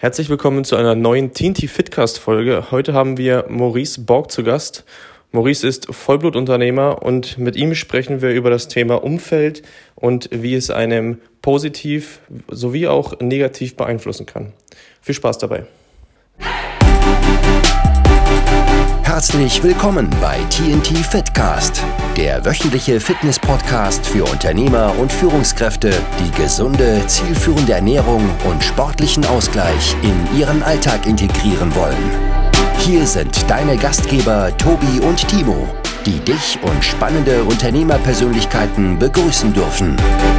Herzlich willkommen zu einer neuen TNT Fitcast Folge. Heute haben wir Maurice Borg zu Gast. Maurice ist Vollblutunternehmer und mit ihm sprechen wir über das Thema Umfeld und wie es einem positiv sowie auch negativ beeinflussen kann. Viel Spaß dabei. Herzlich willkommen bei TNT Fitcast, der wöchentliche Fitness-Podcast für Unternehmer und Führungskräfte, die gesunde, zielführende Ernährung und sportlichen Ausgleich in ihren Alltag integrieren wollen. Hier sind deine Gastgeber Tobi und Timo, die dich und spannende Unternehmerpersönlichkeiten begrüßen dürfen.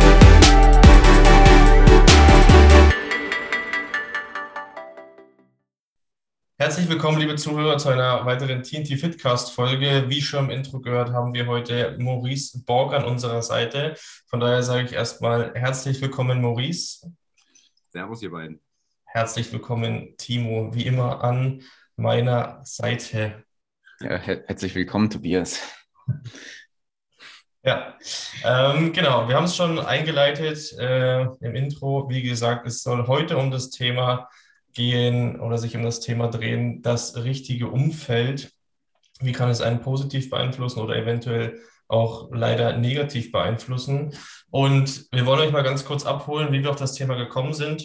Herzlich willkommen, liebe Zuhörer, zu einer weiteren TNT Fitcast-Folge. Wie schon im Intro gehört, haben wir heute Maurice Borg an unserer Seite. Von daher sage ich erstmal herzlich willkommen, Maurice. Servus, ihr beiden. Herzlich willkommen, Timo, wie immer an meiner Seite. Ja, herzlich willkommen, Tobias. Ja, genau, wir haben es schon eingeleitet im Intro. Wie gesagt, es soll heute um das Thema gehen oder sich um das Thema drehen, das richtige Umfeld. Wie kann es einen positiv beeinflussen oder eventuell auch leider negativ beeinflussen? Und wir wollen euch mal ganz kurz abholen, wie wir auf das Thema gekommen sind.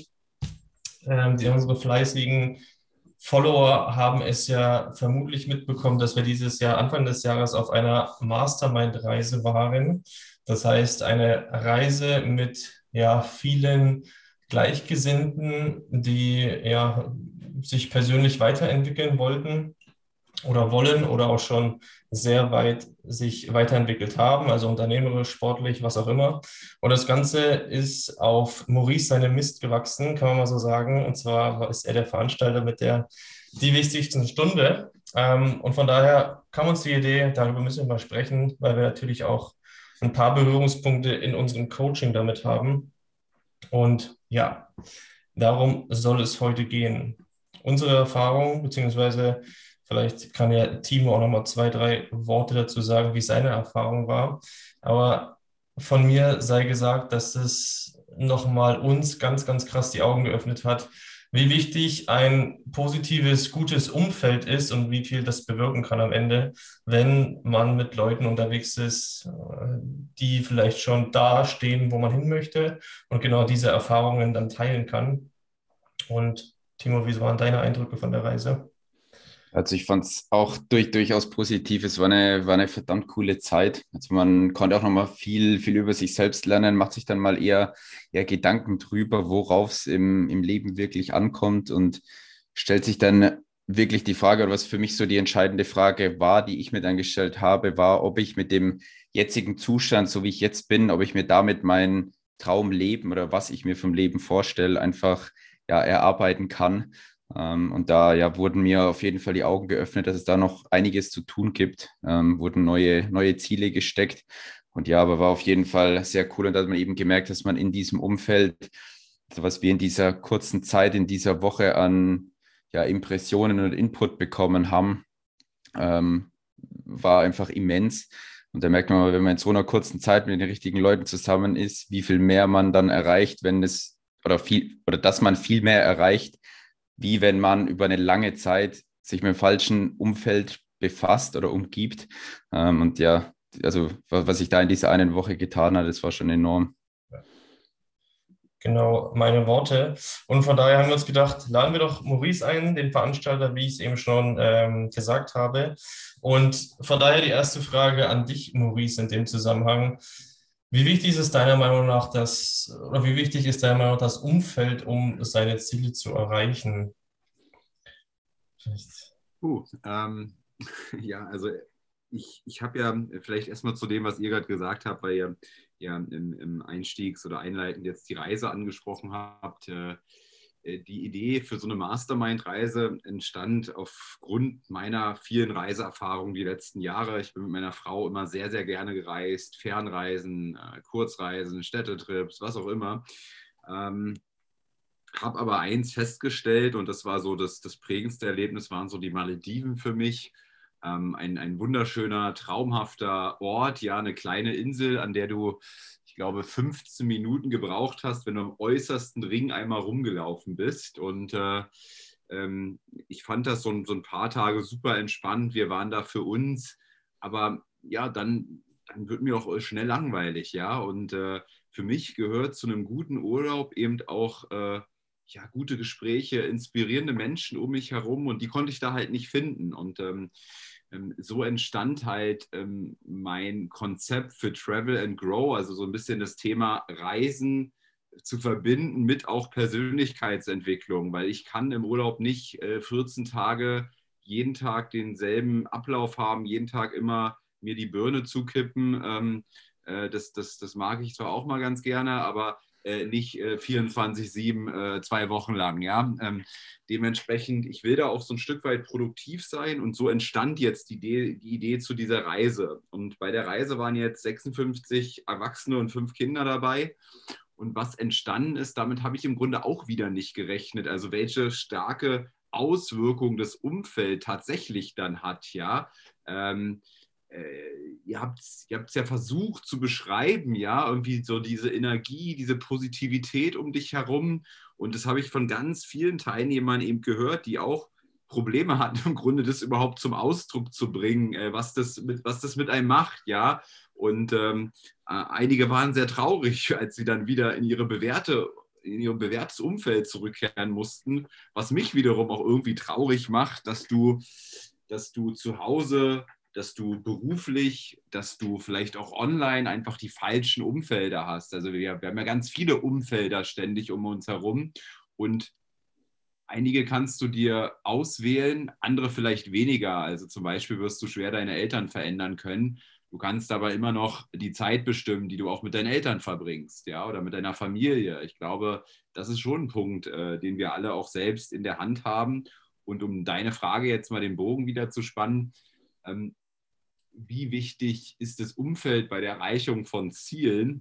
Unsere fleißigen Follower haben es ja vermutlich mitbekommen, dass wir dieses Jahr, Anfang des Jahres, auf einer Mastermind-Reise waren. Das heißt, eine Reise mit vielen Gleichgesinnten, die sich persönlich weiterentwickeln wollten oder wollen oder auch schon sehr weit sich weiterentwickelt haben, also unternehmerisch, sportlich, was auch immer. Und das Ganze ist auf Maurice seinem Mist gewachsen, kann man mal so sagen. Und zwar ist er der Veranstalter mit die wichtigsten Stunde. Und von daher kam uns die Idee, darüber müssen wir mal sprechen, weil wir natürlich auch ein paar Berührungspunkte in unserem Coaching damit haben. Und ja, darum soll es heute gehen. Unsere Erfahrung, beziehungsweise vielleicht kann ja Timo auch nochmal 2, 3 Worte dazu sagen, wie seine Erfahrung war. Aber von mir sei gesagt, dass es nochmal uns ganz, ganz krass die Augen geöffnet hat, wie wichtig ein positives, gutes Umfeld ist und wie viel das bewirken kann am Ende, wenn man mit Leuten unterwegs ist, die vielleicht schon da stehen, wo man hin möchte und genau diese Erfahrungen dann teilen kann. Und Timo, wie waren deine Eindrücke von der Reise? Also ich fand es auch durchaus positiv. Es war eine verdammt coole Zeit. Also man konnte auch nochmal viel über sich selbst lernen, macht sich dann mal eher Gedanken drüber, worauf es im Leben wirklich ankommt und stellt sich dann wirklich die Frage, oder was für mich so die entscheidende Frage war, die ich mir dann gestellt habe, war, ob ich mit dem jetzigen Zustand, so wie ich jetzt bin, ob ich mir damit mein Traumleben oder was ich mir vom Leben vorstelle, einfach erarbeiten kann. Und da wurden mir auf jeden Fall die Augen geöffnet, dass es da noch einiges zu tun gibt, wurden neue Ziele gesteckt und aber war auf jeden Fall sehr cool und da hat man eben gemerkt, dass man in diesem Umfeld, also was wir in dieser kurzen Zeit, in dieser Woche an Impressionen und Input bekommen haben, war einfach immens. Und da merkt man mal, wenn man in so einer kurzen Zeit mit den richtigen Leuten zusammen ist, wie viel mehr man dann erreicht, dass man viel mehr erreicht, wie wenn man über eine lange Zeit sich mit dem falschen Umfeld befasst oder umgibt. Und also was ich da in dieser einen Woche getan habe, das war schon enorm. Genau, meine Worte. Und von daher haben wir uns gedacht, laden wir doch Maurice ein, den Veranstalter, wie ich es eben schon gesagt habe. Und von daher die erste Frage an dich, Maurice, in dem Zusammenhang. Wie wichtig ist deiner Meinung nach das Umfeld, um seine Ziele zu erreichen? Also ich habe ja vielleicht erstmal zu dem, was ihr gerade gesagt habt, weil ihr ja im Einstiegs- oder einleitend jetzt die Reise angesprochen habt. Die Idee für so eine Mastermind-Reise entstand aufgrund meiner vielen Reiseerfahrungen die letzten Jahre. Ich bin mit meiner Frau immer sehr, sehr gerne gereist, Fernreisen, Kurzreisen, Städtetrips, was auch immer. Habe aber eins festgestellt und das war so das prägendste Erlebnis, waren so die Malediven für mich. Ein wunderschöner, traumhafter Ort, eine kleine Insel, an der du, ich glaube, 15 Minuten gebraucht hast, wenn du am äußersten Ring einmal rumgelaufen bist. Und ich fand das so ein paar Tage super entspannt. Wir waren da für uns. Aber ja, dann wird mir auch schnell langweilig, ja. Und für mich gehört zu einem guten Urlaub eben auch ja, gute Gespräche, inspirierende Menschen um mich herum. Und die konnte ich da halt nicht finden. Und so entstand halt mein Konzept für Travel and Grow, also so ein bisschen das Thema Reisen zu verbinden mit auch Persönlichkeitsentwicklung, weil ich kann im Urlaub nicht 14 Tage jeden Tag denselben Ablauf haben, jeden Tag immer mir die Birne zukippen. Das mag ich zwar auch mal ganz gerne, aber nicht 24/7, 2 Wochen lang. Ja? Dementsprechend, ich will da auch so ein Stück weit produktiv sein und so entstand jetzt die Idee zu dieser Reise. Und bei der Reise waren jetzt 56 Erwachsene und 5 Kinder dabei. Und was entstanden ist, damit habe ich im Grunde auch wieder nicht gerechnet. Also welche starke Auswirkung das Umfeld tatsächlich dann hat, ja. Ihr habt es ja versucht zu beschreiben, ja, irgendwie so diese Energie, diese Positivität um dich herum. Und das habe ich von ganz vielen Teilnehmern eben gehört, die auch Probleme hatten, im Grunde das überhaupt zum Ausdruck zu bringen, was das mit einem macht, ja. Und einige waren sehr traurig, als sie dann wieder in ihrem bewährtes Umfeld zurückkehren mussten, was mich wiederum auch irgendwie traurig macht, dass du zu Hause, dass du beruflich, dass du vielleicht auch online einfach die falschen Umfelder hast. Also wir haben ja ganz viele Umfelder ständig um uns herum und einige kannst du dir auswählen, andere vielleicht weniger. Also zum Beispiel wirst du schwer deine Eltern verändern können. Du kannst aber immer noch die Zeit bestimmen, die du auch mit deinen Eltern verbringst, ja, oder mit deiner Familie. Ich glaube, das ist schon ein Punkt, den wir alle auch selbst in der Hand haben. Und um deine Frage jetzt mal den Bogen wieder zu spannen, wie wichtig ist das Umfeld bei der Erreichung von Zielen?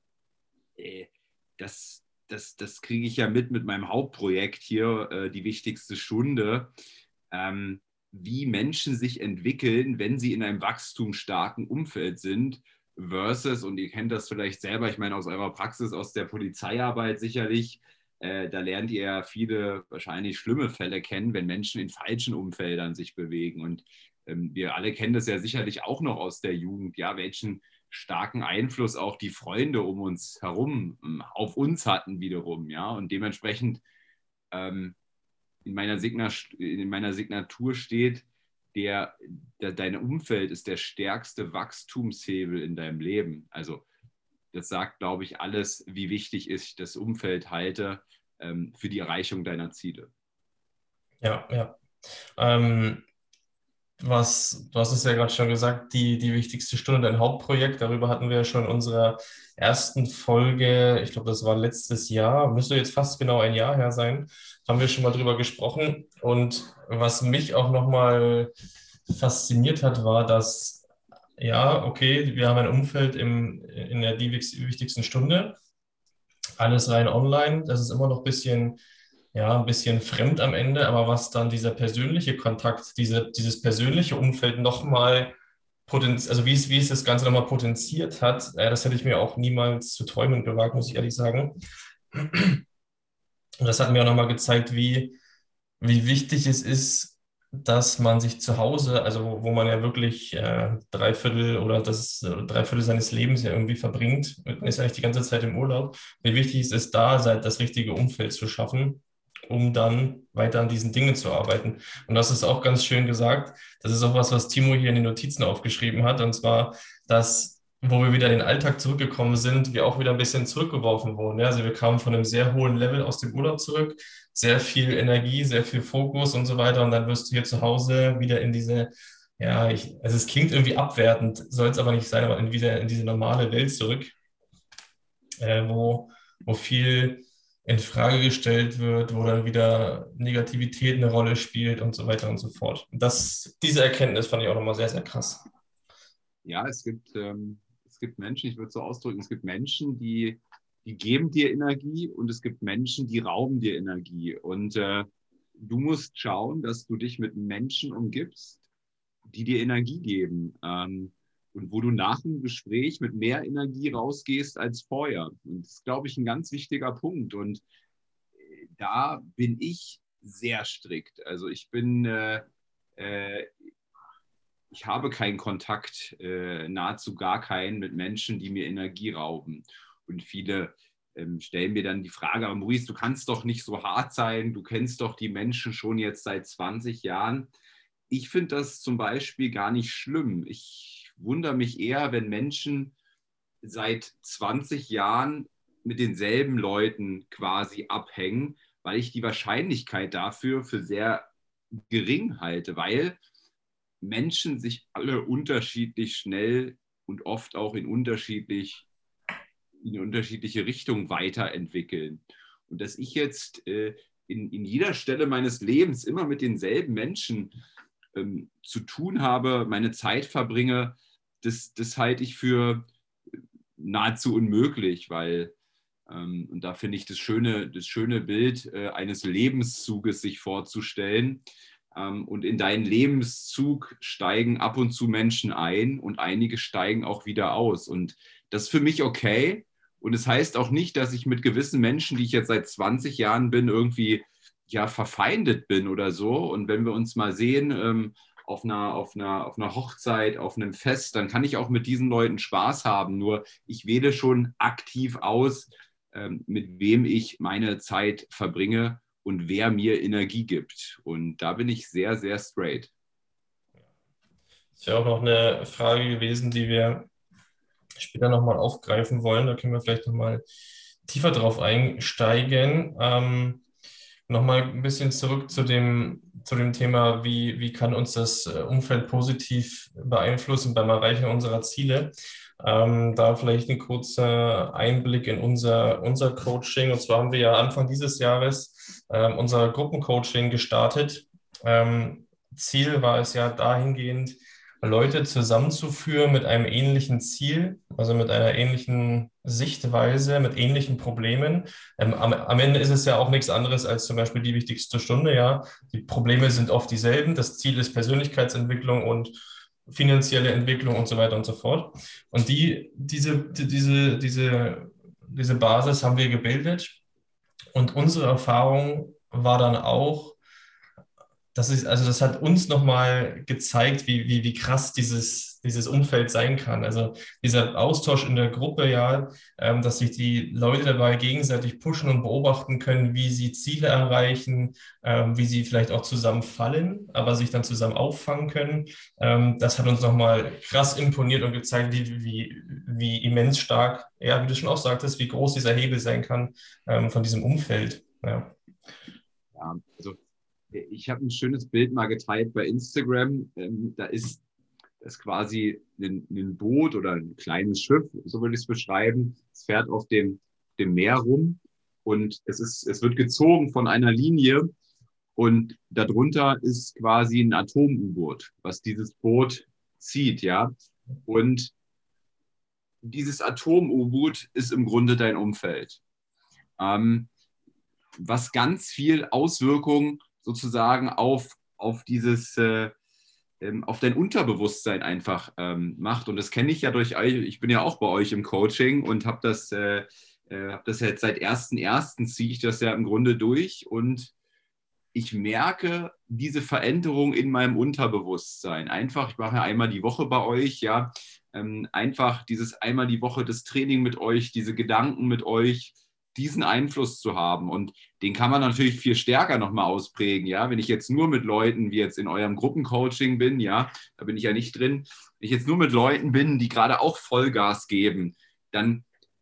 Das kriege ich ja mit meinem Hauptprojekt hier, die wichtigste Stunde, wie Menschen sich entwickeln, wenn sie in einem wachstumsstarken Umfeld sind, versus, und ihr kennt das vielleicht selber, ich meine aus eurer Praxis, aus der Polizeiarbeit sicherlich, da lernt ihr viele wahrscheinlich schlimme Fälle kennen, wenn Menschen in falschen Umfeldern sich bewegen. Und wir alle kennen das ja sicherlich auch noch aus der Jugend, ja, welchen starken Einfluss auch die Freunde um uns herum auf uns hatten wiederum, ja, und dementsprechend in meiner Signatur steht, dein Umfeld ist der stärkste Wachstumshebel in deinem Leben. Also das sagt, glaube ich, alles, wie wichtig ich das Umfeld halte für die Erreichung deiner Ziele. Ja, ja. Du hast es ja gerade schon gesagt, die wichtigste Stunde, dein Hauptprojekt, darüber hatten wir ja schon in unserer ersten Folge, ich glaube, das war letztes Jahr, müsste jetzt fast genau ein Jahr her sein, haben wir schon mal drüber gesprochen. Und was mich auch nochmal fasziniert hat, war, dass, ja, okay, wir haben ein Umfeld in der die wichtigsten Stunde, alles rein online, das ist immer noch ein bisschen fremd am Ende, aber was dann dieser persönliche Kontakt, dieses persönliche Umfeld nochmal also wie es das Ganze nochmal potenziert hat, das hätte ich mir auch niemals zu träumen gewagt, muss ich ehrlich sagen. Und das hat mir auch nochmal gezeigt, wie wichtig es ist, dass man sich zu Hause, also wo man ja wirklich Dreiviertel seines Lebens ja irgendwie verbringt, man ist ja nicht die ganze Zeit im Urlaub, wie wichtig es ist, da das richtige Umfeld zu schaffen, um dann weiter an diesen Dingen zu arbeiten. Und das ist auch ganz schön gesagt. Das ist auch was Timo hier in den Notizen aufgeschrieben hat. Und zwar, dass, wo wir wieder in den Alltag zurückgekommen sind, wir auch wieder ein bisschen zurückgeworfen wurden. Ja, also wir kamen von einem sehr hohen Level aus dem Urlaub zurück, sehr viel Energie, sehr viel Fokus und so weiter. Und dann wirst du hier zu Hause wieder in diese, also es klingt irgendwie abwertend, soll es aber nicht sein, aber wieder in diese normale Welt zurück, wo viel in Frage gestellt wird, wo dann wieder Negativität eine Rolle spielt und so weiter und so fort. Und diese Erkenntnis fand ich auch nochmal sehr, sehr krass. Ja, es gibt Menschen, ich würde es so ausdrücken, es gibt Menschen, die geben dir Energie und es gibt Menschen, die rauben dir Energie. Und du musst schauen, dass du dich mit Menschen umgibst, die dir Energie geben. und wo du nach dem Gespräch mit mehr Energie rausgehst als vorher. Und das ist, glaube ich, ein ganz wichtiger Punkt. Und da bin ich sehr strikt. Also ich habe keinen Kontakt, nahezu gar keinen mit Menschen, die mir Energie rauben. Und viele stellen mir dann die Frage, aber Maurice, du kannst doch nicht so hart sein, du kennst doch die Menschen schon jetzt seit 20 Jahren. Ich finde das zum Beispiel gar nicht schlimm. Ich wundere mich eher, wenn Menschen seit 20 Jahren mit denselben Leuten quasi abhängen, weil ich die Wahrscheinlichkeit dafür für sehr gering halte, weil Menschen sich alle unterschiedlich schnell und oft auch in unterschiedliche Richtungen weiterentwickeln. Und dass ich jetzt in jeder Stelle meines Lebens immer mit denselben Menschen zu tun habe, meine Zeit verbringe, das halte ich für nahezu unmöglich, weil, und da finde ich das schöne Bild eines Lebenszuges sich vorzustellen, und in deinen Lebenszug steigen ab und zu Menschen ein und einige steigen auch wieder aus. Und das ist für mich okay. Und es heißt auch nicht, dass ich mit gewissen Menschen, die ich jetzt seit 20 Jahren bin, irgendwie verfeindet bin oder so. Und wenn wir uns mal sehen auf einer Hochzeit, auf einem Fest, dann kann ich auch mit diesen Leuten Spaß haben. Nur ich wähle schon aktiv aus, mit wem ich meine Zeit verbringe und wer mir Energie gibt. Und da bin ich sehr, sehr straight. Das wäre auch noch eine Frage gewesen, die wir später nochmal aufgreifen wollen. Da können wir vielleicht nochmal tiefer drauf einsteigen. Nochmal ein bisschen zurück zu dem Thema, wie kann uns das Umfeld positiv beeinflussen beim Erreichen unserer Ziele. Da vielleicht ein kurzer Einblick in unser Coaching. Und zwar haben wir ja Anfang dieses Jahres unser Gruppencoaching gestartet. Ziel war es ja dahingehend, Leute zusammenzuführen mit einem ähnlichen Ziel, also mit einer ähnlichen Sichtweise, mit ähnlichen Problemen. Am Ende ist es ja auch nichts anderes als zum Beispiel die wichtigste Stunde, ja. Die Probleme sind oft dieselben. Das Ziel ist Persönlichkeitsentwicklung und finanzielle Entwicklung und so weiter und so fort. Und diese Basis haben wir gebildet. Und unsere Erfahrung war dann auch, das hat uns nochmal gezeigt, wie krass dieses Umfeld sein kann. Also dieser Austausch in der Gruppe, ja, dass sich die Leute dabei gegenseitig pushen und beobachten können, wie sie Ziele erreichen, wie sie vielleicht auch zusammenfallen, aber sich dann zusammen auffangen können. Das hat uns nochmal krass imponiert und gezeigt, wie immens stark, ja, wie du schon auch sagtest, wie groß dieser Hebel sein kann von diesem Umfeld. Ja, also ich habe ein schönes Bild mal geteilt bei Instagram. Da ist das quasi ein Boot oder ein kleines Schiff, so würde ich es beschreiben. Es fährt auf dem Meer rum und es wird gezogen von einer Linie und darunter ist quasi ein Atom-U-Boot, was dieses Boot zieht, ja. Und dieses Atom-U-Boot ist im Grunde dein Umfeld, was ganz viel Auswirkungen sozusagen auf dein Unterbewusstsein einfach macht. Und das kenne ich ja durch euch. Ich bin ja auch bei euch im Coaching und habe das jetzt seit 1.1. ziehe ich das ja im Grunde durch. Und ich merke diese Veränderung in meinem Unterbewusstsein. Einfach, ich mache ja einmal die Woche bei euch, ja. Einfach dieses einmal die Woche das Training mit euch, diese Gedanken mit euch, diesen Einfluss zu haben. Und den kann man natürlich viel stärker nochmal ausprägen, ja. Wenn ich jetzt nur mit Leuten, wie jetzt in eurem Gruppencoaching bin, ja, da bin ich ja nicht drin, wenn ich jetzt nur mit Leuten bin, die gerade auch Vollgas geben, dann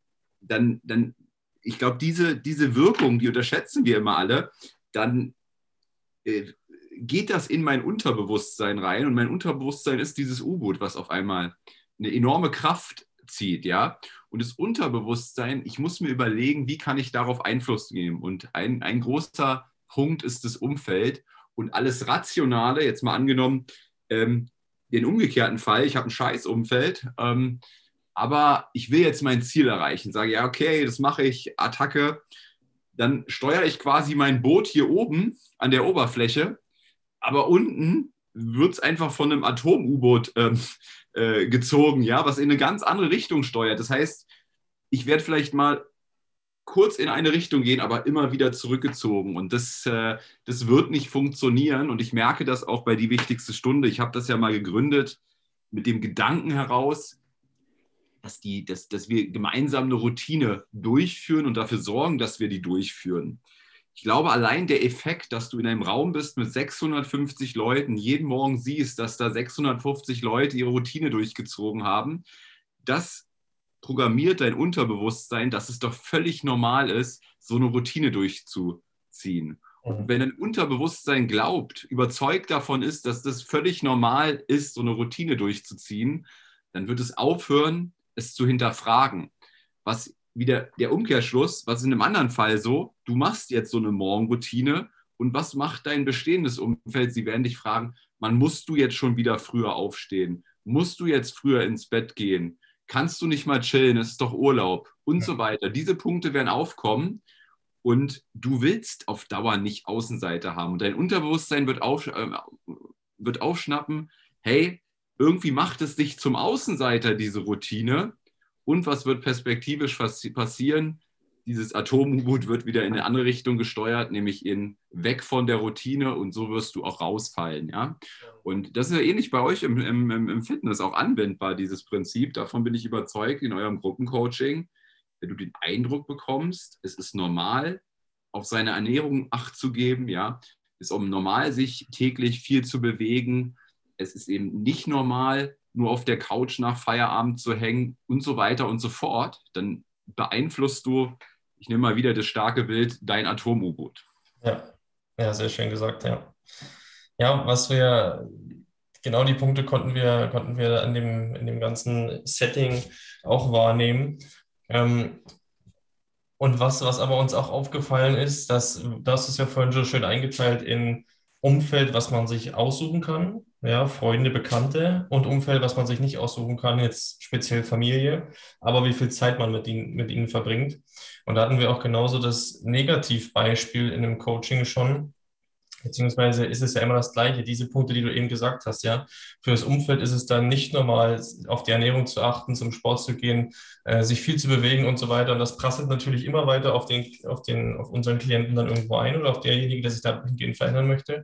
ich glaube, diese Wirkung, die unterschätzen wir immer alle, dann geht das in mein Unterbewusstsein rein und mein Unterbewusstsein ist dieses U-Boot, was auf einmal eine enorme Kraft zieht, ja. Und das Unterbewusstsein, ich muss mir überlegen, wie kann ich darauf Einfluss nehmen? Und ein großer Punkt ist das Umfeld und alles Rationale, jetzt mal angenommen, den umgekehrten Fall, ich habe ein scheiß Umfeld, aber ich will jetzt mein Ziel erreichen, sage, ja, okay, das mache ich, Attacke, dann steuere ich quasi mein Boot hier oben an der Oberfläche, aber unten wird es einfach von einem Atom-U-Boot gezogen, ja, was in eine ganz andere Richtung steuert. Das heißt, ich werde vielleicht mal kurz in eine Richtung gehen, aber immer wieder zurückgezogen. Und das wird nicht funktionieren. Und ich merke das auch bei Die wichtigste Stunde. Ich habe das ja mal gegründet mit dem Gedanken heraus, dass wir gemeinsam eine Routine durchführen und dafür sorgen, dass wir die durchführen. Ich glaube, allein der Effekt, dass du in einem Raum bist mit 650 Leuten, jeden Morgen siehst, dass da 650 Leute ihre Routine durchgezogen haben, das programmiert dein Unterbewusstsein, dass es doch völlig normal ist, so eine Routine durchzuziehen. Und wenn dein Unterbewusstsein glaubt, überzeugt davon ist, dass das völlig normal ist, so eine Routine durchzuziehen, dann wird es aufhören, es zu hinterfragen. Was wieder der Umkehrschluss, was in einem anderen Fall so, du machst jetzt so eine Morgenroutine und was macht dein bestehendes Umfeld? Sie werden dich fragen, musst du jetzt schon wieder früher aufstehen? Musst du jetzt früher ins Bett gehen? Kannst du nicht mal chillen? Es ist doch Urlaub und so weiter. Diese Punkte werden aufkommen und du willst auf Dauer nicht Außenseiter haben. Und dein Unterbewusstsein wird aufschnappen, hey, irgendwie macht es dich zum Außenseiter, diese Routine. Und was wird perspektivisch passieren? Dieses Atom-U-Boot wird wieder in eine andere Richtung gesteuert, nämlich weg von der Routine und so wirst du auch rausfallen. Ja? Und das ist ja ähnlich bei euch im Fitness auch anwendbar, dieses Prinzip. Davon bin ich überzeugt in eurem Gruppencoaching. Wenn du den Eindruck bekommst, es ist normal, auf seine Ernährung Acht zu geben, ja, ist auch normal, sich täglich viel zu bewegen. Es ist eben nicht normal, nur auf der Couch nach Feierabend zu hängen und so weiter und so fort, dann beeinflusst du, ich nehme mal wieder das starke Bild, dein Atom-U-Boot. Ja, sehr schön gesagt, ja. Ja, genau die Punkte konnten wir in dem ganzen Setting auch wahrnehmen. Und was aber uns auch aufgefallen ist, das ist ja vorhin so schön eingeteilt in Umfeld, was man sich aussuchen kann, ja, Freunde, Bekannte und Umfeld, was man sich nicht aussuchen kann, jetzt speziell Familie, aber wie viel Zeit man mit ihnen verbringt. Und da hatten wir auch genauso das Negativbeispiel in einem Coaching schon, beziehungsweise ist es ja immer das Gleiche, diese Punkte, die du eben gesagt hast, ja. Für das Umfeld ist es dann nicht normal, auf die Ernährung zu achten, zum Sport zu gehen, sich viel zu bewegen und so weiter. Und das prasselt natürlich immer weiter auf unseren Klienten dann irgendwo ein oder auf derjenige, der sich da hingehend verändern möchte.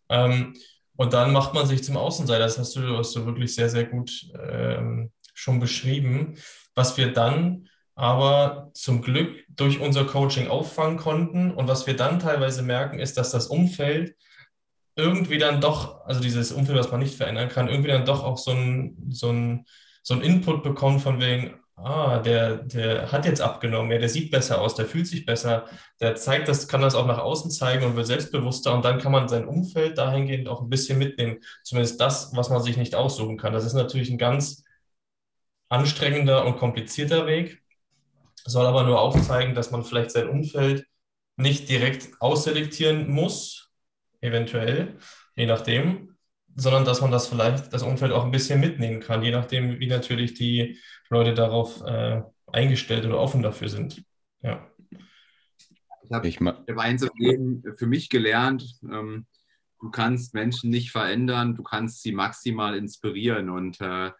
Und dann macht man sich zum Außenseiter. Das hast du wirklich sehr, sehr gut schon beschrieben. Was wir dann aber zum Glück durch unser Coaching auffangen konnten. Und was wir dann teilweise merken, ist, dass das Umfeld irgendwie dann doch, also dieses Umfeld, was man nicht verändern kann, irgendwie dann doch auch so ein Input bekommt von wegen, der hat jetzt abgenommen, ja, der sieht besser aus, der fühlt sich besser, der kann das auch nach außen zeigen und wird selbstbewusster und dann kann man sein Umfeld dahingehend auch ein bisschen mitnehmen. Zumindest das, was man sich nicht aussuchen kann. Das ist natürlich ein ganz anstrengender und komplizierter Weg, soll aber nur aufzeigen, dass man vielleicht sein Umfeld nicht direkt ausselektieren muss, eventuell, je nachdem, sondern dass man das Umfeld auch ein bisschen mitnehmen kann, je nachdem, wie natürlich die Leute darauf eingestellt oder offen dafür sind. Ja. Ich habe eins im Leben für mich gelernt, du kannst Menschen nicht verändern, du kannst sie maximal inspirieren. Und das,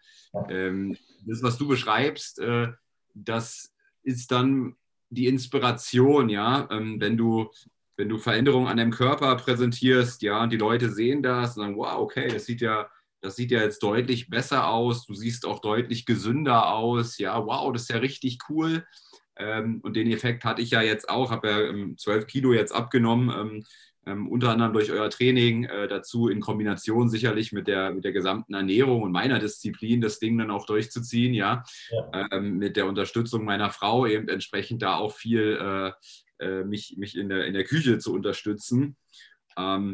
was du beschreibst, das ist dann die Inspiration, ja, wenn du Veränderungen an deinem Körper präsentierst, ja, und die Leute sehen das und sagen, wow, okay, das sieht ja jetzt deutlich besser aus, du siehst auch deutlich gesünder aus, ja, wow, das ist ja richtig cool. Und den Effekt hatte ich ja jetzt auch, habe ja 12 Kilo jetzt abgenommen, unter anderem durch euer Training, dazu in Kombination sicherlich mit der gesamten Ernährung und meiner Disziplin, das Ding dann auch durchzuziehen, ja. Mit der Unterstützung meiner Frau eben entsprechend da auch viel mich in der Küche zu unterstützen. Aber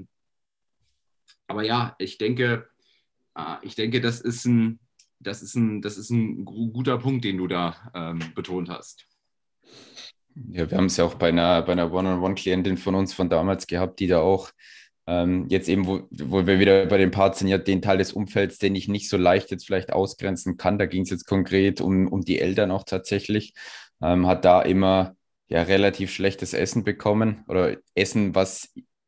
ja, ich denke, das ist ein guter Punkt, den du da betont hast. Ja, wir haben es ja auch bei einer One-on-One-Klientin von uns von damals gehabt, die da auch jetzt eben, wo wir wieder bei dem Part sind, ja, den Teil des Umfelds, den ich nicht so leicht jetzt vielleicht ausgrenzen kann, da ging es jetzt konkret um die Eltern auch tatsächlich, hat da immer ja relativ schlechtes Essen bekommen oder Essen, was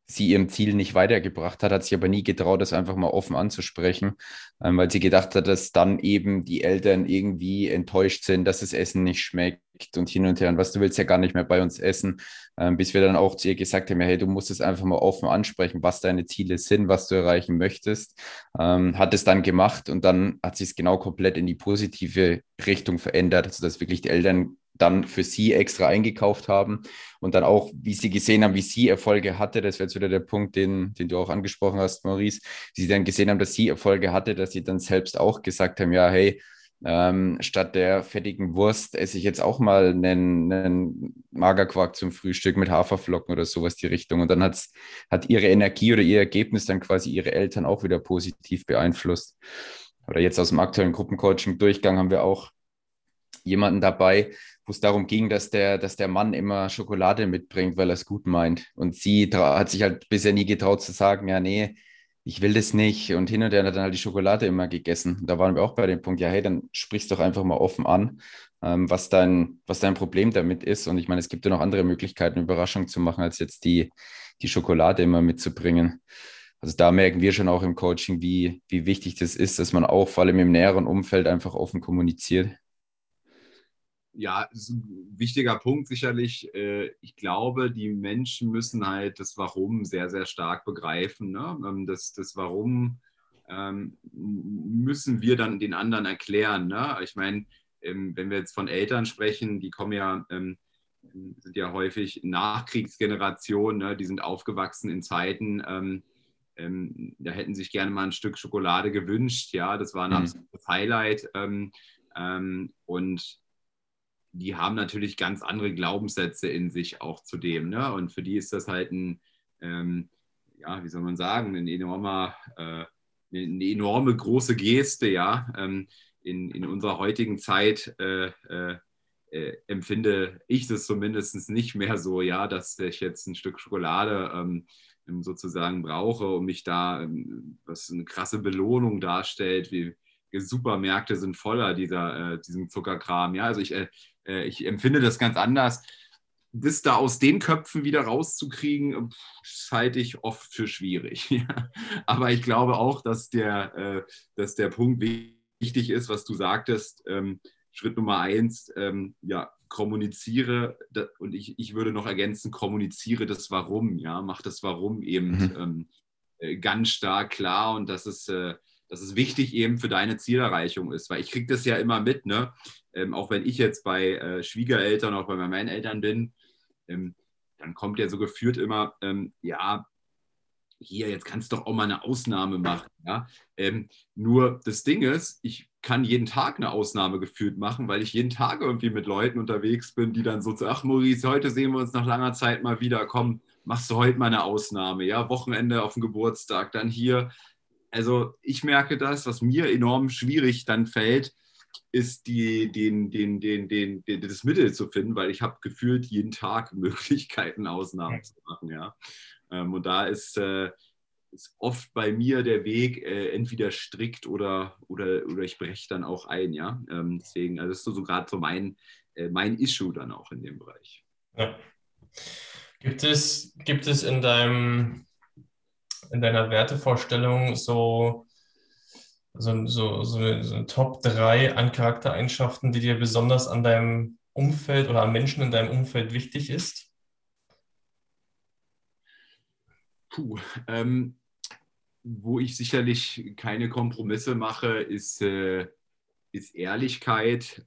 sie ihrem Ziel nicht weitergebracht hat, hat sich aber nie getraut, das einfach mal offen anzusprechen, weil sie gedacht hat, dass dann eben die Eltern irgendwie enttäuscht sind, dass das Essen nicht schmeckt und hin und her. Und was, du willst ja gar nicht mehr bei uns essen, bis wir dann auch zu ihr gesagt haben, ja, hey, du musst es einfach mal offen ansprechen, was deine Ziele sind, was du erreichen möchtest. Hat es dann gemacht und dann hat sich es genau komplett in die positive Richtung verändert, sodass wirklich die Eltern dann für sie extra eingekauft haben und dann auch, wie sie gesehen haben, wie sie Erfolge hatte, das wäre jetzt wieder der Punkt, den du auch angesprochen hast, Maurice, wie sie dann gesehen haben, dass sie Erfolge hatte, dass sie dann selbst auch gesagt haben, ja, hey, statt der fettigen Wurst esse ich jetzt auch mal einen Magerquark zum Frühstück mit Haferflocken oder sowas die Richtung. Und dann hat ihre Energie oder ihr Ergebnis dann quasi ihre Eltern auch wieder positiv beeinflusst. Oder jetzt aus dem aktuellen Gruppencoaching-Durchgang haben wir auch jemanden dabei, wo es darum ging, dass der Mann immer Schokolade mitbringt, weil er es gut meint. Und sie hat sich halt bisher nie getraut zu sagen, ja, nee, ich will das nicht. Und hin und her hat dann halt die Schokolade immer gegessen. Und da waren wir auch bei dem Punkt, ja, hey, dann sprichst doch einfach mal offen an, was dein Problem damit ist. Und ich meine, es gibt ja noch andere Möglichkeiten, Überraschung zu machen, als jetzt die Schokolade immer mitzubringen. Also da merken wir schon auch im Coaching, wie wichtig das ist, dass man auch vor allem im näheren Umfeld einfach offen kommuniziert. Ja, ist ein wichtiger Punkt sicherlich. Ich glaube, die Menschen müssen halt das Warum sehr, sehr stark begreifen. Ne? Das Warum müssen wir dann den anderen erklären. Ne? Ich meine, wenn wir jetzt von Eltern sprechen, die kommen ja, sind ja häufig Nachkriegsgenerationen, ne? Die sind aufgewachsen in Zeiten, da hätten sich gerne mal ein Stück Schokolade gewünscht. Ja, das war ein absolutes Highlight. Und die haben natürlich ganz andere Glaubenssätze in sich auch zudem. Ne? Und für die ist das halt ja, wie soll man sagen, eine enorme große Geste, ja. In unserer heutigen Zeit empfinde ich das zumindest nicht mehr so, ja, dass ich jetzt ein Stück Schokolade sozusagen brauche und mich da, was eine krasse Belohnung darstellt, wie Supermärkte sind voller diesem Zuckerkram. Ja, also ich empfinde das ganz anders. Das da aus den Köpfen wieder rauszukriegen, halte ich oft für schwierig. Ja. Aber ich glaube auch, dass der Punkt wichtig ist, was du sagtest. Schritt Nummer 1, ja, kommuniziere, und ich würde noch ergänzen, kommuniziere das Warum. Ja, mach das Warum eben ganz stark klar, und dass es wichtig eben für deine Zielerreichung ist. Weil ich kriege das ja immer mit, ne? Auch wenn ich jetzt bei Schwiegereltern, auch bei meinen Eltern bin, dann kommt ja so geführt immer, ja, hier, jetzt kannst du doch auch mal eine Ausnahme machen. Ja? Nur das Ding ist, ich kann jeden Tag eine Ausnahme gefühlt machen, weil ich jeden Tag irgendwie mit Leuten unterwegs bin, die dann so sagen, ach Maurice, heute sehen wir uns nach langer Zeit mal wieder, komm, machst du heute mal eine Ausnahme, ja, Wochenende auf dem Geburtstag, dann hier. Also ich merke das, was mir enorm schwierig dann fällt, ist das Mittel zu finden, weil ich habe gefühlt jeden Tag Möglichkeiten, Ausnahmen zu machen. Ja. Und da ist oft bei mir der Weg entweder strikt oder ich breche dann auch ein. Ja. Deswegen, also das ist so gerade so mein Issue dann auch in dem Bereich. Ja. Gibt es in deiner Wertevorstellung so eine Top 3 an Charaktereigenschaften, die dir besonders an deinem Umfeld oder an Menschen in deinem Umfeld wichtig ist? Wo ich sicherlich keine Kompromisse mache, ist Ehrlichkeit.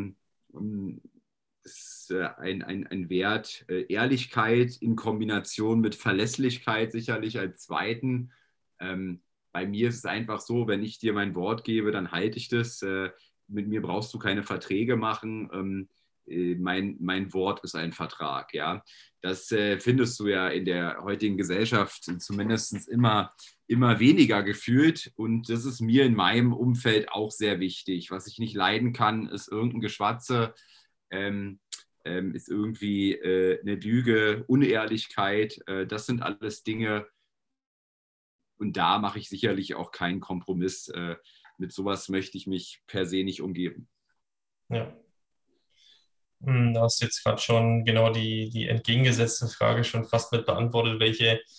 Ist ein Wert. Ehrlichkeit in Kombination mit Verlässlichkeit sicherlich als zweiten. Bei mir ist es einfach so, wenn ich dir mein Wort gebe, dann halte ich das. Mit mir brauchst du keine Verträge machen. Mein Wort ist ein Vertrag. Ja? Das findest du ja in der heutigen Gesellschaft zumindest immer weniger gefühlt. Und das ist mir in meinem Umfeld auch sehr wichtig. Was ich nicht leiden kann, ist irgendein Geschwatze, ist irgendwie eine Lüge, Unehrlichkeit. Das sind alles Dinge, und da mache ich sicherlich auch keinen Kompromiss. Mit sowas möchte ich mich per se nicht umgeben. Ja. Da hast du jetzt gerade schon genau die entgegengesetzte Frage schon fast mit beantwortet.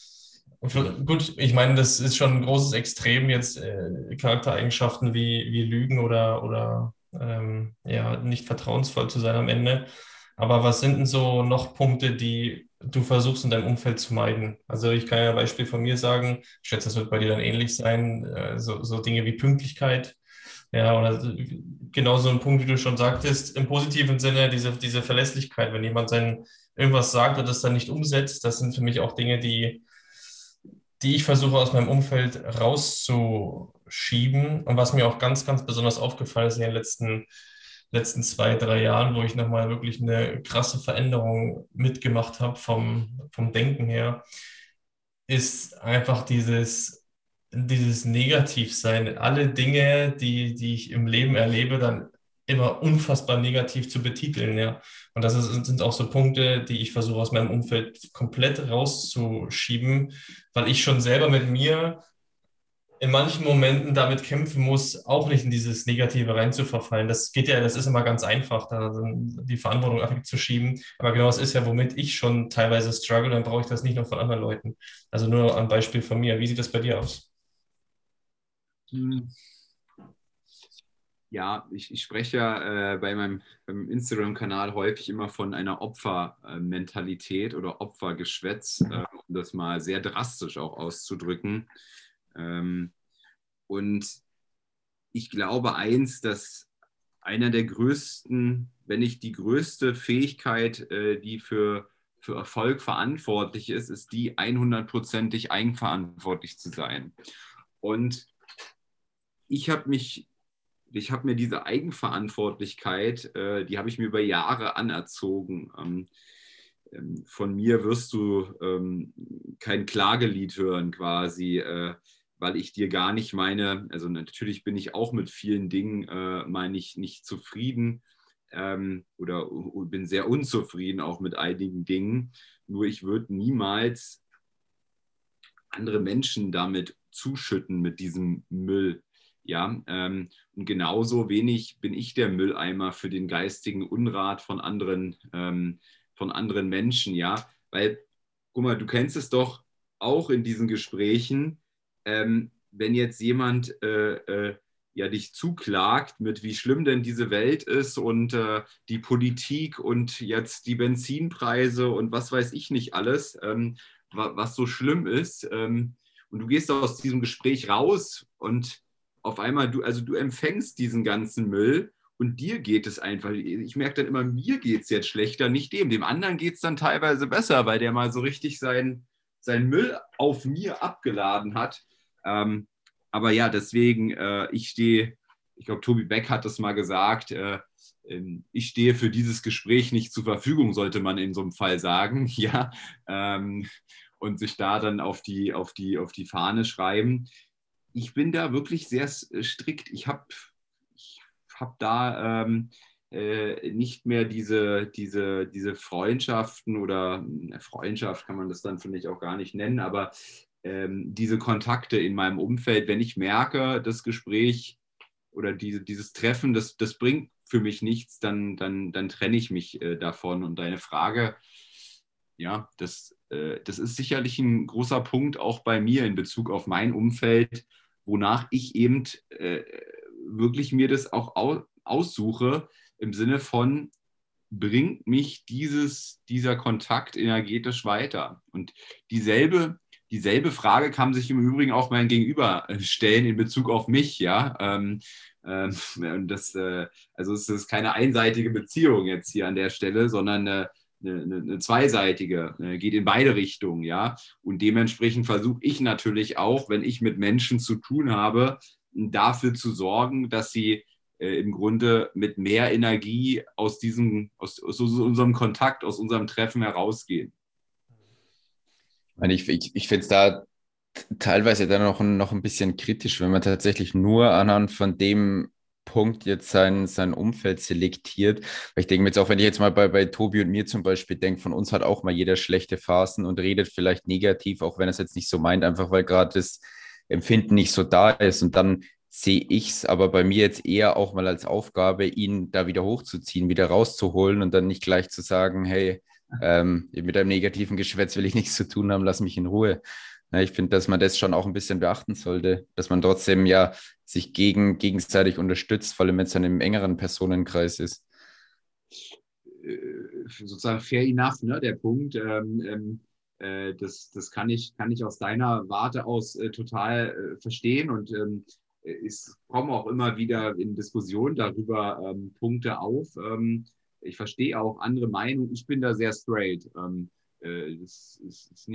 Gut, ich meine, das ist schon ein großes Extrem jetzt, Charaktereigenschaften wie Lügen oder ja, nicht vertrauensvoll zu sein am Ende. Aber was sind denn so noch Punkte, die du versuchst in deinem Umfeld zu meiden? Also ich kann ja ein Beispiel von mir sagen, ich schätze, das wird bei dir dann ähnlich sein, so Dinge wie Pünktlichkeit. Ja, oder genau so ein Punkt, wie du schon sagtest, im positiven Sinne, diese Verlässlichkeit, wenn jemand irgendwas sagt und das dann nicht umsetzt, das sind für mich auch Dinge, die ich versuche aus meinem Umfeld rauszuschieben. Und was mir auch ganz, ganz besonders aufgefallen ist in den letzten 2, 3 Jahren, wo ich nochmal wirklich eine krasse Veränderung mitgemacht habe vom Denken her, ist einfach dieses Negativsein. Alle Dinge, die ich im Leben erlebe, dann immer unfassbar negativ zu betiteln, ja. Und sind auch so Punkte, die ich versuche aus meinem Umfeld komplett rauszuschieben, weil ich schon selber mit mir in manchen Momenten damit kämpfen muss, auch nicht in dieses Negative reinzuverfallen. Das geht ja, das ist immer ganz einfach, da die Verantwortung wegzuschieben. Aber genau das ist ja, womit ich schon teilweise struggle, dann brauche ich das nicht noch von anderen Leuten. Also nur ein Beispiel von mir. Wie sieht das bei dir aus? Hm. Ja, ich spreche ja beim Instagram-Kanal häufig immer von einer Opfermentalität oder Opfergeschwätz, um das mal sehr drastisch auch auszudrücken. Und ich glaube dass einer der größten, wenn nicht die größte Fähigkeit, die für Erfolg verantwortlich ist die 100%ig eigenverantwortlich zu sein. Und ich habe mir diese Eigenverantwortlichkeit, die habe ich mir über Jahre anerzogen. Von mir wirst du kein Klagelied hören quasi, weil ich dir gar nicht also natürlich bin ich auch mit vielen Dingen nicht zufrieden oder bin sehr unzufrieden auch mit einigen Dingen. Nur ich würde niemals andere Menschen damit zuschütten mit diesem Müll. Ja, und genauso wenig bin ich der Mülleimer für den geistigen Unrat von anderen Menschen, ja, weil, guck mal, du kennst es doch auch in diesen Gesprächen, wenn jetzt jemand ja dich zuklagt mit, wie schlimm denn diese Welt ist und die Politik und jetzt die Benzinpreise und was weiß ich nicht alles, was so schlimm ist, und du gehst aus diesem Gespräch raus und auf einmal, du empfängst diesen ganzen Müll und dir geht es einfach, ich merke dann immer, mir geht es jetzt schlechter, nicht dem anderen geht es dann teilweise besser, weil der mal so richtig sein Müll auf mir abgeladen hat. Aber ja, deswegen, ich glaube, Tobi Beck hat das mal gesagt, ich stehe für dieses Gespräch nicht zur Verfügung, sollte man in so einem Fall sagen, ja, und sich da dann auf die Fahne schreiben. Ich bin da wirklich sehr strikt. Ich hab da nicht mehr diese Freundschaften oder Freundschaft kann man das dann, finde ich, auch gar nicht nennen, aber diese Kontakte in meinem Umfeld, wenn ich merke, das Gespräch oder dieses Treffen, das bringt für mich nichts, dann trenne ich mich davon. Und deine Frage, ja, das ist sicherlich ein großer Punkt auch bei mir in Bezug auf mein Umfeld, wonach ich eben wirklich mir das auch aussuche, im Sinne von, bringt mich dieser Kontakt energetisch weiter? Und dieselbe Frage kann sich im Übrigen auch mein Gegenüber stellen in Bezug auf mich, ja. Also es ist keine einseitige Beziehung jetzt hier an der Stelle, sondern eine zweiseitige, geht in beide Richtungen, ja. Und dementsprechend versuche ich natürlich auch, wenn ich mit Menschen zu tun habe, dafür zu sorgen, dass sie im Grunde mit mehr Energie aus unserem Kontakt, aus unserem Treffen herausgehen. Ich finde es da teilweise dann noch ein bisschen kritisch, wenn man tatsächlich nur anhand von dem Punkt jetzt sein Umfeld selektiert. Weil ich denke mir jetzt auch, wenn ich jetzt mal bei Tobi und mir zum Beispiel denke, von uns hat auch mal jeder schlechte Phasen und redet vielleicht negativ, auch wenn er es jetzt nicht so meint, einfach weil gerade das Empfinden nicht so da ist. Und dann sehe ich es aber bei mir jetzt eher auch mal als Aufgabe, ihn da wieder hochzuziehen, wieder rauszuholen und dann nicht gleich zu sagen, hey, mit einem negativen Geschwätz will ich nichts zu tun haben, lass mich in Ruhe. Ja, ich finde, dass man das schon auch ein bisschen beachten sollte, dass man trotzdem ja sich gegenseitig unterstützt, vor allem wenn es dann im engeren Personenkreis ist. Sozusagen fair enough, ne, der Punkt. Das kann ich aus deiner Warte aus total verstehen und es kommen auch immer wieder in Diskussionen darüber Punkte auf. Ich verstehe auch andere Meinungen. Ich bin da sehr straight. Es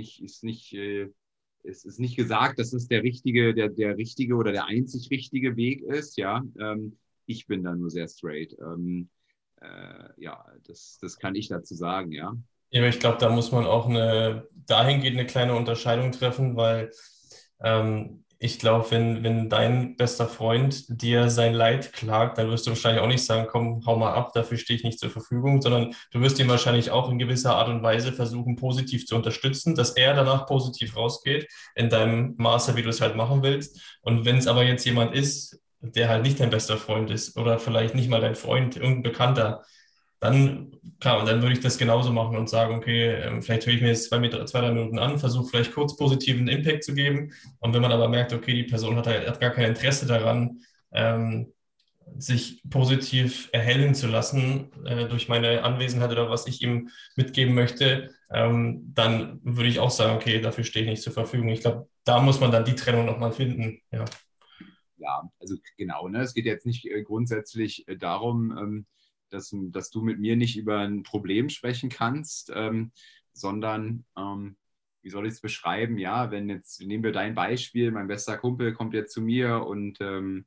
ist nicht gesagt, dass es der richtige oder der einzig richtige Weg ist. Ja, ich bin da nur sehr straight. Ja, das kann ich dazu sagen, ja. Ja, aber ich glaube, da muss man auch dahingehend eine kleine Unterscheidung treffen, weil ich glaube, wenn dein bester Freund dir sein Leid klagt, dann wirst du wahrscheinlich auch nicht sagen, komm, hau mal ab, dafür stehe ich nicht zur Verfügung, sondern du wirst ihn wahrscheinlich auch in gewisser Art und Weise versuchen, positiv zu unterstützen, dass er danach positiv rausgeht, in deinem Maße, wie du es halt machen willst. Und wenn es aber jetzt jemand ist, der halt nicht dein bester Freund ist oder vielleicht nicht mal dein Freund, irgendein Bekannter, dann, klar, und dann würde ich das genauso machen und sagen, okay, vielleicht höre ich mir jetzt 2, 3 Minuten an, versuche vielleicht kurz positiven Impact zu geben. Und wenn man aber merkt, okay, die Person hat gar kein Interesse daran, sich positiv erhellen zu lassen durch meine Anwesenheit oder was ich ihm mitgeben möchte, dann würde ich auch sagen, okay, dafür stehe ich nicht zur Verfügung. Ich glaube, da muss man dann die Trennung nochmal finden. Ja. Ja, also genau, ne? Es geht jetzt nicht grundsätzlich darum, dass du mit mir nicht über ein Problem sprechen kannst, sondern, wie soll ich es beschreiben? Ja, wenn jetzt, nehmen wir dein Beispiel, mein bester Kumpel kommt jetzt zu mir und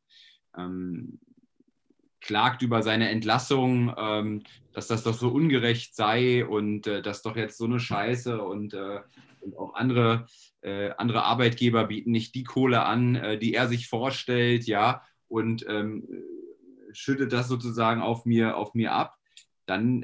klagt über seine Entlassung, dass das doch so ungerecht sei und dass doch jetzt so eine Scheiße und auch andere Arbeitgeber bieten nicht die Kohle an, die er sich vorstellt, ja, und schüttet das sozusagen auf mir ab, dann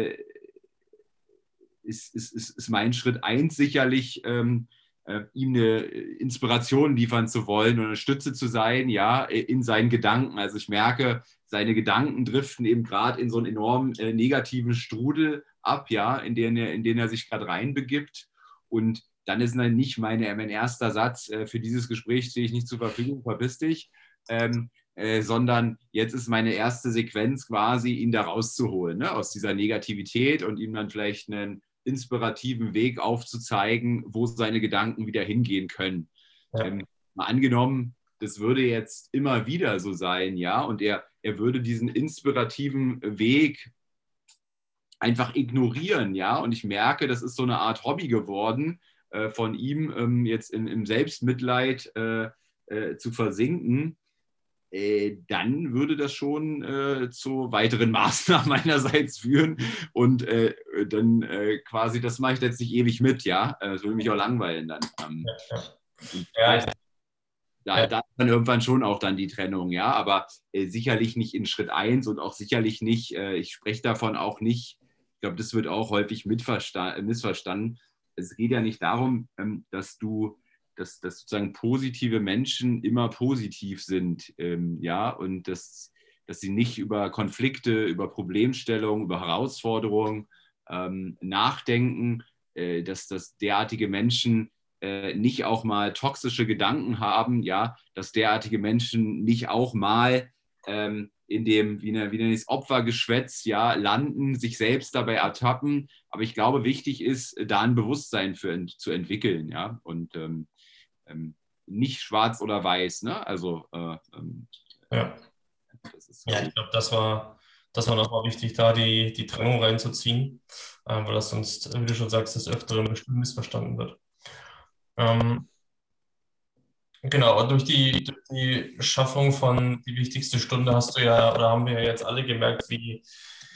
ist mein Schritt 1 sicherlich, ihm eine Inspiration liefern zu wollen und eine Stütze zu sein, ja, in seinen Gedanken. Also ich merke, seine Gedanken driften eben gerade in so einen enorm negativen Strudel ab, ja, in den er sich gerade reinbegibt. Und dann ist dann nicht mein erster Satz, für dieses Gespräch stehe ich nicht zur Verfügung, verpiss dich, sondern jetzt ist meine erste Sequenz quasi, ihn da rauszuholen, ne, aus dieser Negativität und ihm dann vielleicht einen inspirativen Weg aufzuzeigen, wo seine Gedanken wieder hingehen können. Ja. Mal angenommen, das würde jetzt immer wieder so sein, ja, und er würde diesen inspirativen Weg einfach ignorieren, ja, und ich merke, das ist so eine Art Hobby geworden, von ihm jetzt im Selbstmitleid zu versinken, dann würde das schon zu weiteren Maßnahmen meinerseits führen und dann quasi, das mache ich jetzt nicht ewig mit, ja, das würde mich auch langweilen dann. Da ist dann irgendwann schon auch dann die Trennung, ja, aber sicherlich nicht in Schritt 1 und auch sicherlich nicht, ich spreche davon auch nicht, ich glaube, das wird auch häufig missverstanden. Es geht ja nicht darum, dass sozusagen positive Menschen immer positiv sind, ja, und dass sie nicht über Konflikte, über Problemstellungen, über Herausforderungen nachdenken, dass derartige Menschen nicht auch mal toxische Gedanken haben, ja, dass derartige Menschen nicht auch mal in dem, wie nenne ich es, Opfergeschwätz, ja, landen, sich selbst dabei ertappen. Aber ich glaube, wichtig ist, da ein Bewusstsein zu entwickeln, ja, und nicht schwarz oder weiß, ne? Also Ja. Ja, ich glaube, das war nochmal wichtig, da die Trennung reinzuziehen, weil das sonst, wie du schon sagst, des Öfteren bestimmt missverstanden wird. Genau, und durch die Schaffung von die wichtigste Stunde hast du ja, oder haben wir ja jetzt alle gemerkt, wie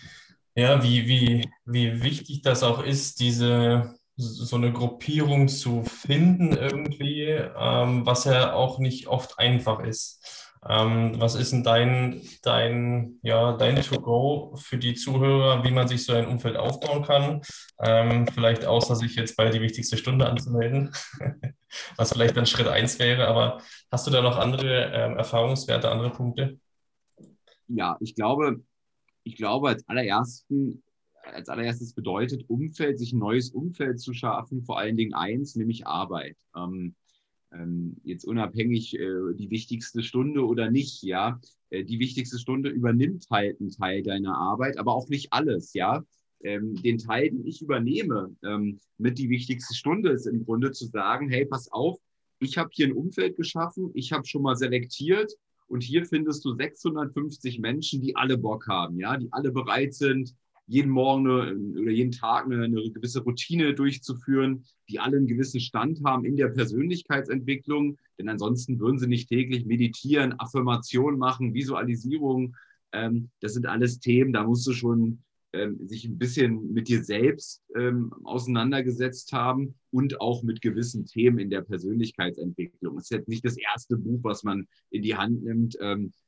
wichtig das auch ist, so eine Gruppierung zu finden irgendwie, was ja auch nicht oft einfach ist. Was ist denn dein To-Go für die Zuhörer, wie man sich so ein Umfeld aufbauen kann? Vielleicht außer sich jetzt bei die wichtigste Stunde anzumelden, was vielleicht dann Schritt 1 wäre, aber hast du da noch andere Erfahrungswerte, andere Punkte? Ja, ich glaube als allerersten, als allererstes bedeutet Umfeld, sich ein neues Umfeld zu schaffen, vor allen Dingen eins, nämlich Arbeit. Jetzt unabhängig die wichtigste Stunde oder nicht, ja. Die wichtigste Stunde übernimmt halt einen Teil deiner Arbeit, aber auch nicht alles, ja. Den Teil, den ich übernehme, mit die wichtigste Stunde ist im Grunde zu sagen, hey, pass auf, ich habe hier ein Umfeld geschaffen, ich habe schon mal selektiert und hier findest du 650 Menschen, die alle Bock haben, ja, die alle bereit sind, jeden Morgen oder jeden Tag eine gewisse Routine durchzuführen, die alle einen gewissen Stand haben in der Persönlichkeitsentwicklung, denn ansonsten würden sie nicht täglich meditieren, Affirmation machen, Visualisierung. Das sind alles Themen, da musst du schon sich ein bisschen mit dir selbst auseinandergesetzt haben und auch mit gewissen Themen in der Persönlichkeitsentwicklung. Das ist jetzt nicht das erste Buch, was man in die Hand nimmt,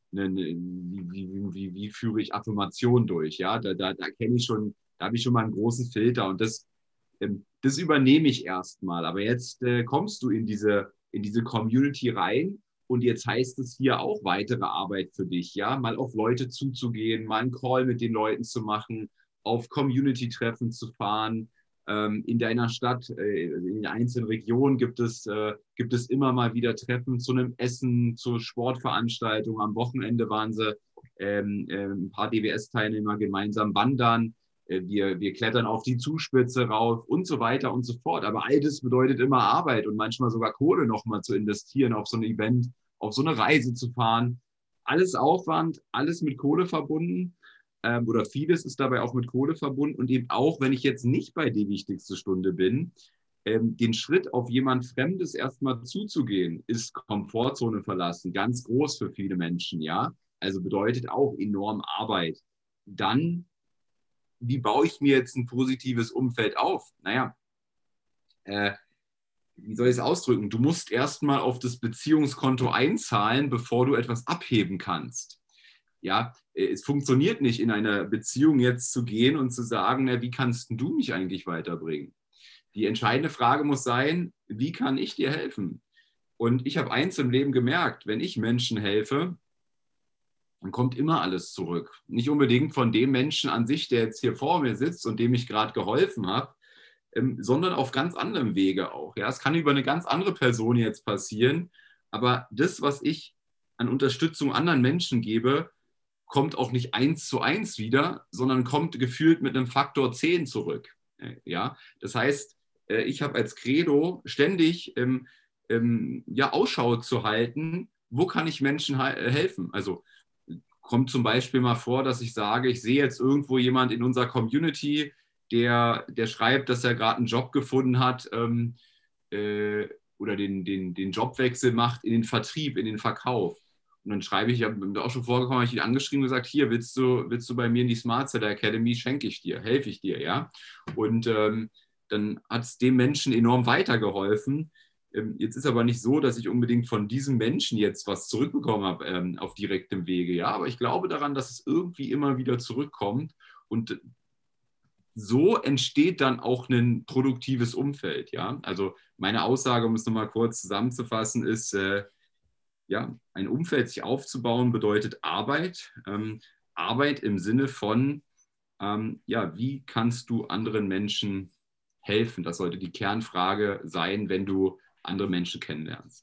wie führe ich Affirmationen durch? Ja, da kenne ich schon, da habe ich schon mal einen großen Filter und das übernehme ich erstmal. Aber jetzt kommst du in diese Community rein und jetzt heißt es hier auch weitere Arbeit für dich, ja, mal auf Leute zuzugehen, mal einen Call mit den Leuten zu machen, auf Community-Treffen zu fahren. In deiner Stadt, in den einzelnen Regionen gibt es immer mal wieder Treffen zu einem Essen, zur Sportveranstaltung. Am Wochenende waren sie ein paar DWS-Teilnehmer gemeinsam wandern. Wir klettern auf die Zugspitze rauf und so weiter und so fort. Aber all das bedeutet immer Arbeit und manchmal sogar Kohle nochmal zu investieren, auf so ein Event, auf so eine Reise zu fahren. Alles Aufwand, alles mit Kohle verbunden. Oder vieles ist dabei auch mit Kohle verbunden und eben auch, wenn ich jetzt nicht bei die wichtigste Stunde bin, den Schritt auf jemand Fremdes erstmal zuzugehen, ist Komfortzone verlassen, ganz groß für viele Menschen, ja, also bedeutet auch enorm Arbeit. Dann, wie baue ich mir jetzt ein positives Umfeld auf? Naja, wie soll ich es ausdrücken? Du musst erstmal auf das Beziehungskonto einzahlen, bevor du etwas abheben kannst. Ja, es funktioniert nicht, in einer Beziehung jetzt zu gehen und zu sagen, na, wie kannst du mich eigentlich weiterbringen? Die entscheidende Frage muss sein, wie kann ich dir helfen? Und ich habe eins im Leben gemerkt, wenn ich Menschen helfe, dann kommt immer alles zurück. Nicht unbedingt von dem Menschen an sich, der jetzt hier vor mir sitzt und dem ich gerade geholfen habe, sondern auf ganz anderem Wege auch. Ja, es kann über eine ganz andere Person jetzt passieren, aber das, was ich an Unterstützung anderen Menschen gebe, kommt auch nicht 1:1 wieder, sondern kommt gefühlt mit einem Faktor 10 zurück. Ja, das heißt, ich habe als Credo ständig Ausschau zu halten, wo kann ich Menschen helfen? Also kommt zum Beispiel mal vor, dass ich sage, ich sehe jetzt irgendwo jemand in unserer Community, der schreibt, dass er gerade einen Job gefunden hat oder den Jobwechsel macht in den Vertrieb, in den Verkauf. Und dann schreibe ich habe auch schon vorgekommen, habe ich ihn angeschrieben und gesagt, hier, willst du bei mir in die Smart Seller Academy, schenke ich dir, helfe ich dir, ja. Und dann hat es dem Menschen enorm weitergeholfen. Jetzt ist aber nicht so, dass ich unbedingt von diesem Menschen jetzt was zurückbekommen habe auf direktem Wege, ja. Aber ich glaube daran, dass es irgendwie immer wieder zurückkommt und so entsteht dann auch ein produktives Umfeld, ja. Also meine Aussage, um es nochmal kurz zusammenzufassen, ist, ein Umfeld sich aufzubauen bedeutet Arbeit. Arbeit im Sinne von, wie kannst du anderen Menschen helfen? Das sollte die Kernfrage sein, wenn du andere Menschen kennenlernst.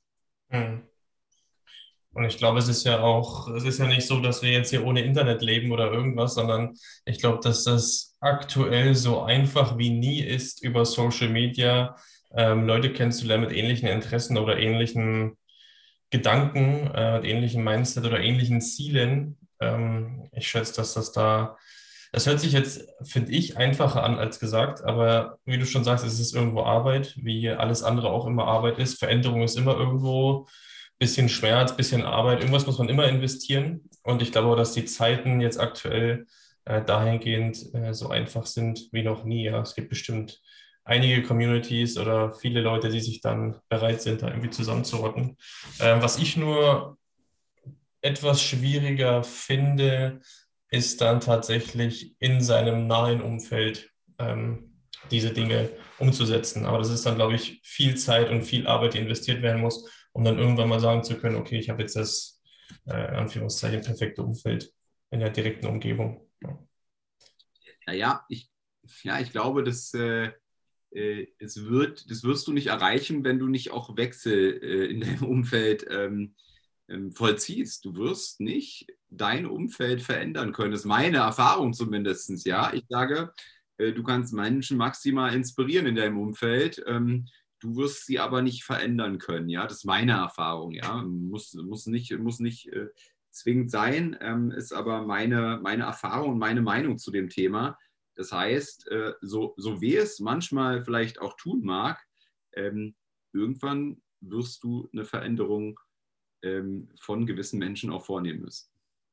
Und ich glaube, es ist ja nicht so, dass wir jetzt hier ohne Internet leben oder irgendwas, sondern ich glaube, dass das aktuell so einfach wie nie ist, über Social Media Leute kennenzulernen mit ähnlichen Interessen oder ähnlichen Gedanken, ähnlichen Mindset oder ähnlichen Zielen. Ich schätze, dass das hört sich jetzt, finde ich, einfacher an als gesagt, aber wie du schon sagst, es ist irgendwo Arbeit, wie alles andere auch immer Arbeit ist. Veränderung ist immer irgendwo ein bisschen Schmerz, ein bisschen Arbeit. Irgendwas muss man immer investieren. Und ich glaube auch, dass die Zeiten jetzt aktuell dahingehend so einfach sind wie noch nie. Ja. Es gibt bestimmt einige Communities oder viele Leute, die sich dann bereit sind, da irgendwie zusammenzurotten. Was ich nur etwas schwieriger finde, ist dann tatsächlich in seinem nahen Umfeld diese Dinge umzusetzen. Aber das ist dann, glaube ich, viel Zeit und viel Arbeit, die investiert werden muss, um dann irgendwann mal sagen zu können, okay, ich habe jetzt das, in Anführungszeichen, perfekte Umfeld in der direkten Umgebung. Naja, ich Ja, ich glaube, das wirst du nicht erreichen, wenn du nicht auch Wechsel in deinem Umfeld vollziehst. Du wirst nicht dein Umfeld verändern können. Das ist meine Erfahrung zumindest. Ja, ich sage, du kannst Menschen maximal inspirieren in deinem Umfeld. Du wirst sie aber nicht verändern können. Ja, das ist meine Erfahrung. Ja, muss nicht zwingend sein, ist aber meine Erfahrung und meine Meinung zu dem Thema. Das heißt, so weh es manchmal vielleicht auch tun mag, irgendwann wirst du eine Veränderung von gewissen Menschen auch vornehmen müssen.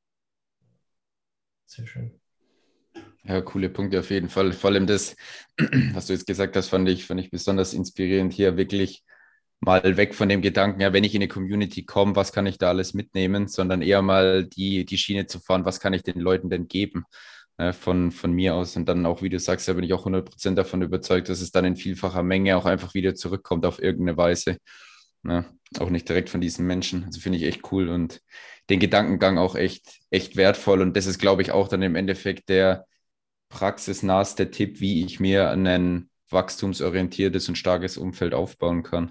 Sehr schön. Ja, coole Punkte auf jeden Fall. Vor allem das, was du jetzt gesagt hast, fand ich besonders inspirierend, hier wirklich mal weg von dem Gedanken, ja, wenn ich in eine Community komme, was kann ich da alles mitnehmen, sondern eher mal die Schiene zu fahren, was kann ich den Leuten denn geben, von mir aus. Und dann auch, wie du sagst, da bin ich auch 100% davon überzeugt, dass es dann in vielfacher Menge auch einfach wieder zurückkommt auf irgendeine Weise. Ne? Auch nicht direkt von diesen Menschen. Also finde ich echt cool und den Gedankengang auch echt wertvoll. Und das ist, glaube ich, auch dann im Endeffekt der praxisnahste Tipp, wie ich mir ein wachstumsorientiertes und starkes Umfeld aufbauen kann.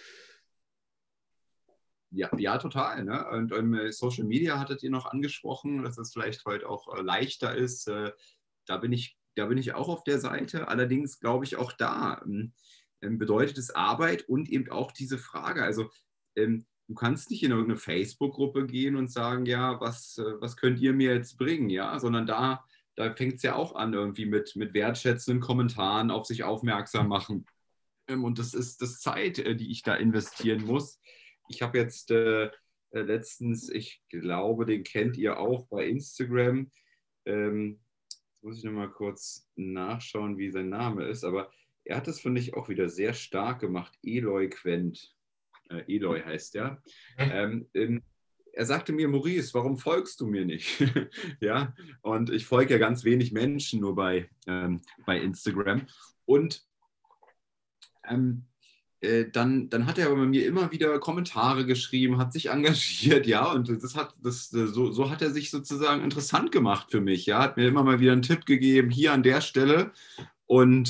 Ja, total. Ne? Und Social Media hattet ihr noch angesprochen, dass es vielleicht heute auch leichter ist. Da bin ich auch auf der Seite. Allerdings glaube ich auch da bedeutet es Arbeit und eben auch diese Frage. Also du kannst nicht in irgendeine Facebook-Gruppe gehen und sagen, ja, was könnt ihr mir jetzt bringen? Ja, sondern da fängt es ja auch an, irgendwie mit wertschätzenden Kommentaren auf sich aufmerksam machen. Und das ist das Zeit, die ich da investieren muss. Ich habe jetzt letztens, ich glaube, den kennt ihr auch bei Instagram. Jetzt muss ich nochmal kurz nachschauen, wie sein Name ist. Aber er hat das, finde ich, auch wieder sehr stark gemacht. Eloy Quent. Eloy heißt der. Er sagte mir, Maurice, warum folgst du mir nicht? Ja, und ich folge ja ganz wenig Menschen nur bei Instagram. Und dann hat er aber bei mir immer wieder Kommentare geschrieben, hat sich engagiert, ja, und so hat er sich sozusagen interessant gemacht für mich, ja, hat mir immer mal wieder einen Tipp gegeben, hier an der Stelle und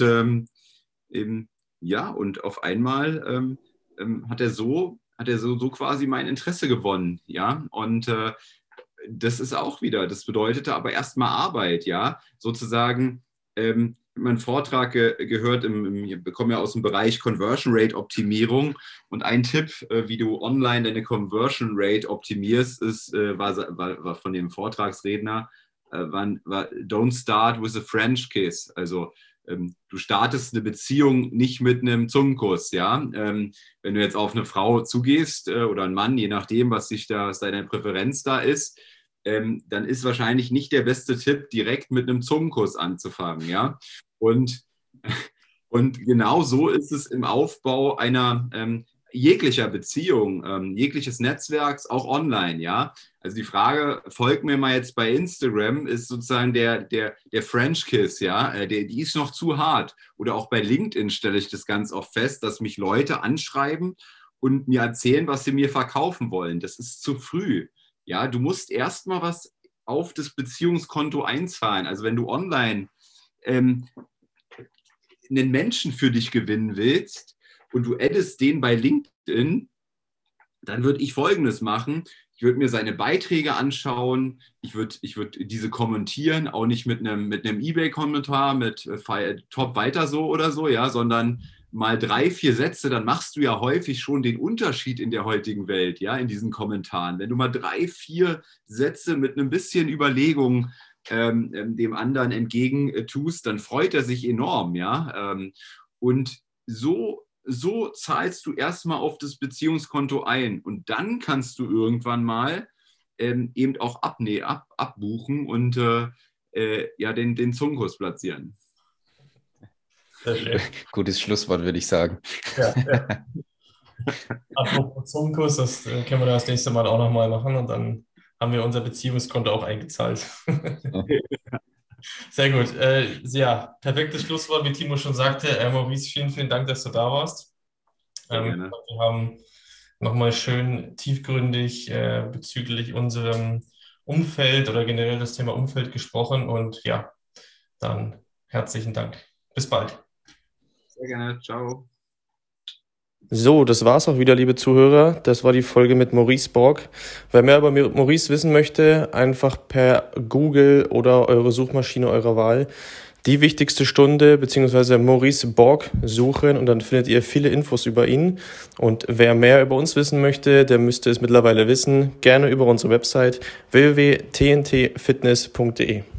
ja, und auf einmal hat er so quasi mein Interesse gewonnen, ja, und das ist auch wieder, das bedeutete aber erstmal Arbeit, ja, sozusagen, mein Vortrag gehört, ich komme ja aus dem Bereich Conversion Rate Optimierung und ein Tipp, wie du online deine Conversion Rate optimierst, war von dem Vortragsredner, war Don't start with a French kiss, also du startest eine Beziehung nicht mit einem Zungenkuss, ja. Wenn du jetzt auf eine Frau zugehst oder einen Mann, je nachdem, was deine Präferenz da ist, dann ist wahrscheinlich nicht der beste Tipp, direkt mit einem Zungenkuss anzufangen, ja. Und genau so ist es im Aufbau einer jeglicher Beziehung, jegliches Netzwerks, auch online, ja. Also die Frage, folgt mir mal jetzt bei Instagram, ist sozusagen der French Kiss, ja, die ist noch zu hart. Oder auch bei LinkedIn stelle ich das ganz oft fest, dass mich Leute anschreiben und mir erzählen, was sie mir verkaufen wollen. Das ist zu früh. Ja, du musst erstmal was auf das Beziehungskonto einzahlen. Also wenn du online einen Menschen für dich gewinnen willst und du addest den bei LinkedIn, dann würde ich Folgendes machen. Ich würde mir seine Beiträge anschauen, ich würd diese kommentieren, auch nicht mit einem eBay-Kommentar, mit Top weiter so oder so, ja, sondern mal 3, 4 Sätze, dann machst du ja häufig schon den Unterschied in der heutigen Welt, ja, in diesen Kommentaren. Wenn du mal 3, 4 Sätze mit einem bisschen Überlegung dem anderen entgegen tust, dann freut er sich enorm, ja. Und so zahlst du erstmal auf das Beziehungskonto ein und dann kannst du irgendwann mal eben auch abbuchen und ja, den Zungenkuss platzieren. Gutes Schlusswort, würde ich sagen. Ja. Apropos Zungenkuss, das können wir das nächste Mal auch nochmal machen und dann haben wir unser Beziehungskonto auch eingezahlt. Sehr gut. Ja, perfektes Schlusswort, wie Timo schon sagte. Maurice, vielen, vielen Dank, dass du da warst. Wir haben nochmal schön tiefgründig bezüglich unserem Umfeld oder generell das Thema Umfeld gesprochen und ja, dann Herzlichen Dank. Bis bald. Sehr gerne. Ciao. So, das war's auch wieder, liebe Zuhörer. Das war die Folge mit Maurice Borg. Wer mehr über Maurice wissen möchte, einfach per Google oder eure Suchmaschine eurer Wahl die wichtigste Stunde bzw. Maurice Borg suchen und dann findet ihr viele Infos über ihn. Und wer mehr über uns wissen möchte, der müsste es mittlerweile wissen, gerne über unsere Website www.tntfitness.de.